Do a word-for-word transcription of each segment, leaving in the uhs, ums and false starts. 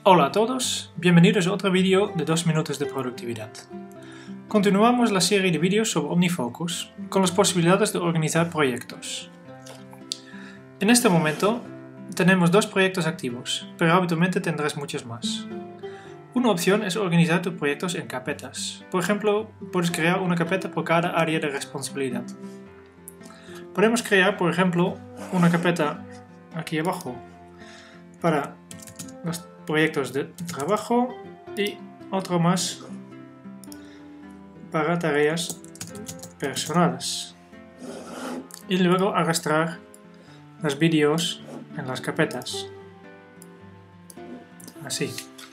Hola a todos, bienvenidos a otro vídeo de dos minutos de productividad. Continuamos la serie de vídeos sobre OmniFocus con las posibilidades de organizar proyectos. En este momento tenemos dos proyectos activos, pero habitualmente tendrás muchos más. Una opción es organizar tus proyectos en carpetas. Por ejemplo, puedes crear una carpeta por cada área de responsabilidad. Podemos crear, por ejemplo, una carpeta aquí abajo para los proyectos de trabajo y otro más para tareas personales. Y luego arrastrar los vídeos en las carpetas. Así.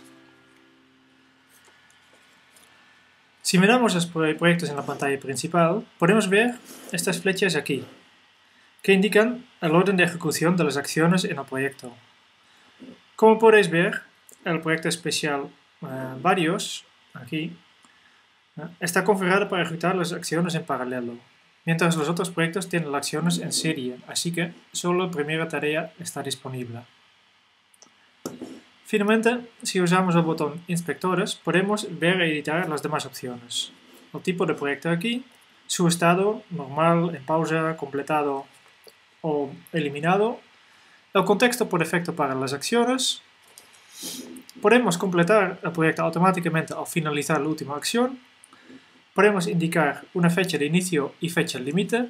Si miramos los proyectos en la pantalla principal, podemos ver estas flechas aquí, que indican el orden de ejecución de las acciones en el proyecto. Como podéis ver, el proyecto especial eh, varios, aquí, eh, está configurado para ejecutar las acciones en paralelo, mientras los otros proyectos tienen las acciones en serie, así que solo la primera tarea está disponible. Finalmente, si usamos el botón Inspectores, podemos ver y editar las demás opciones. El tipo de proyecto aquí, su estado, normal, en pausa, completado o eliminado, el contexto por defecto para las acciones. Podemos completar el proyecto automáticamente al finalizar la última acción. Podemos indicar una fecha de inicio y fecha límite.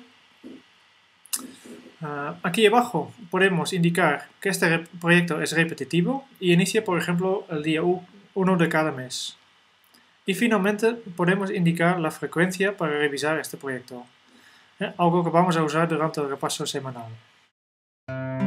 Uh, aquí abajo podemos indicar que este proyecto es repetitivo y inicia, por ejemplo, el día uno de cada mes. Y finalmente podemos indicar la frecuencia para revisar este proyecto, ¿eh? Algo que vamos a usar durante el repaso semanal.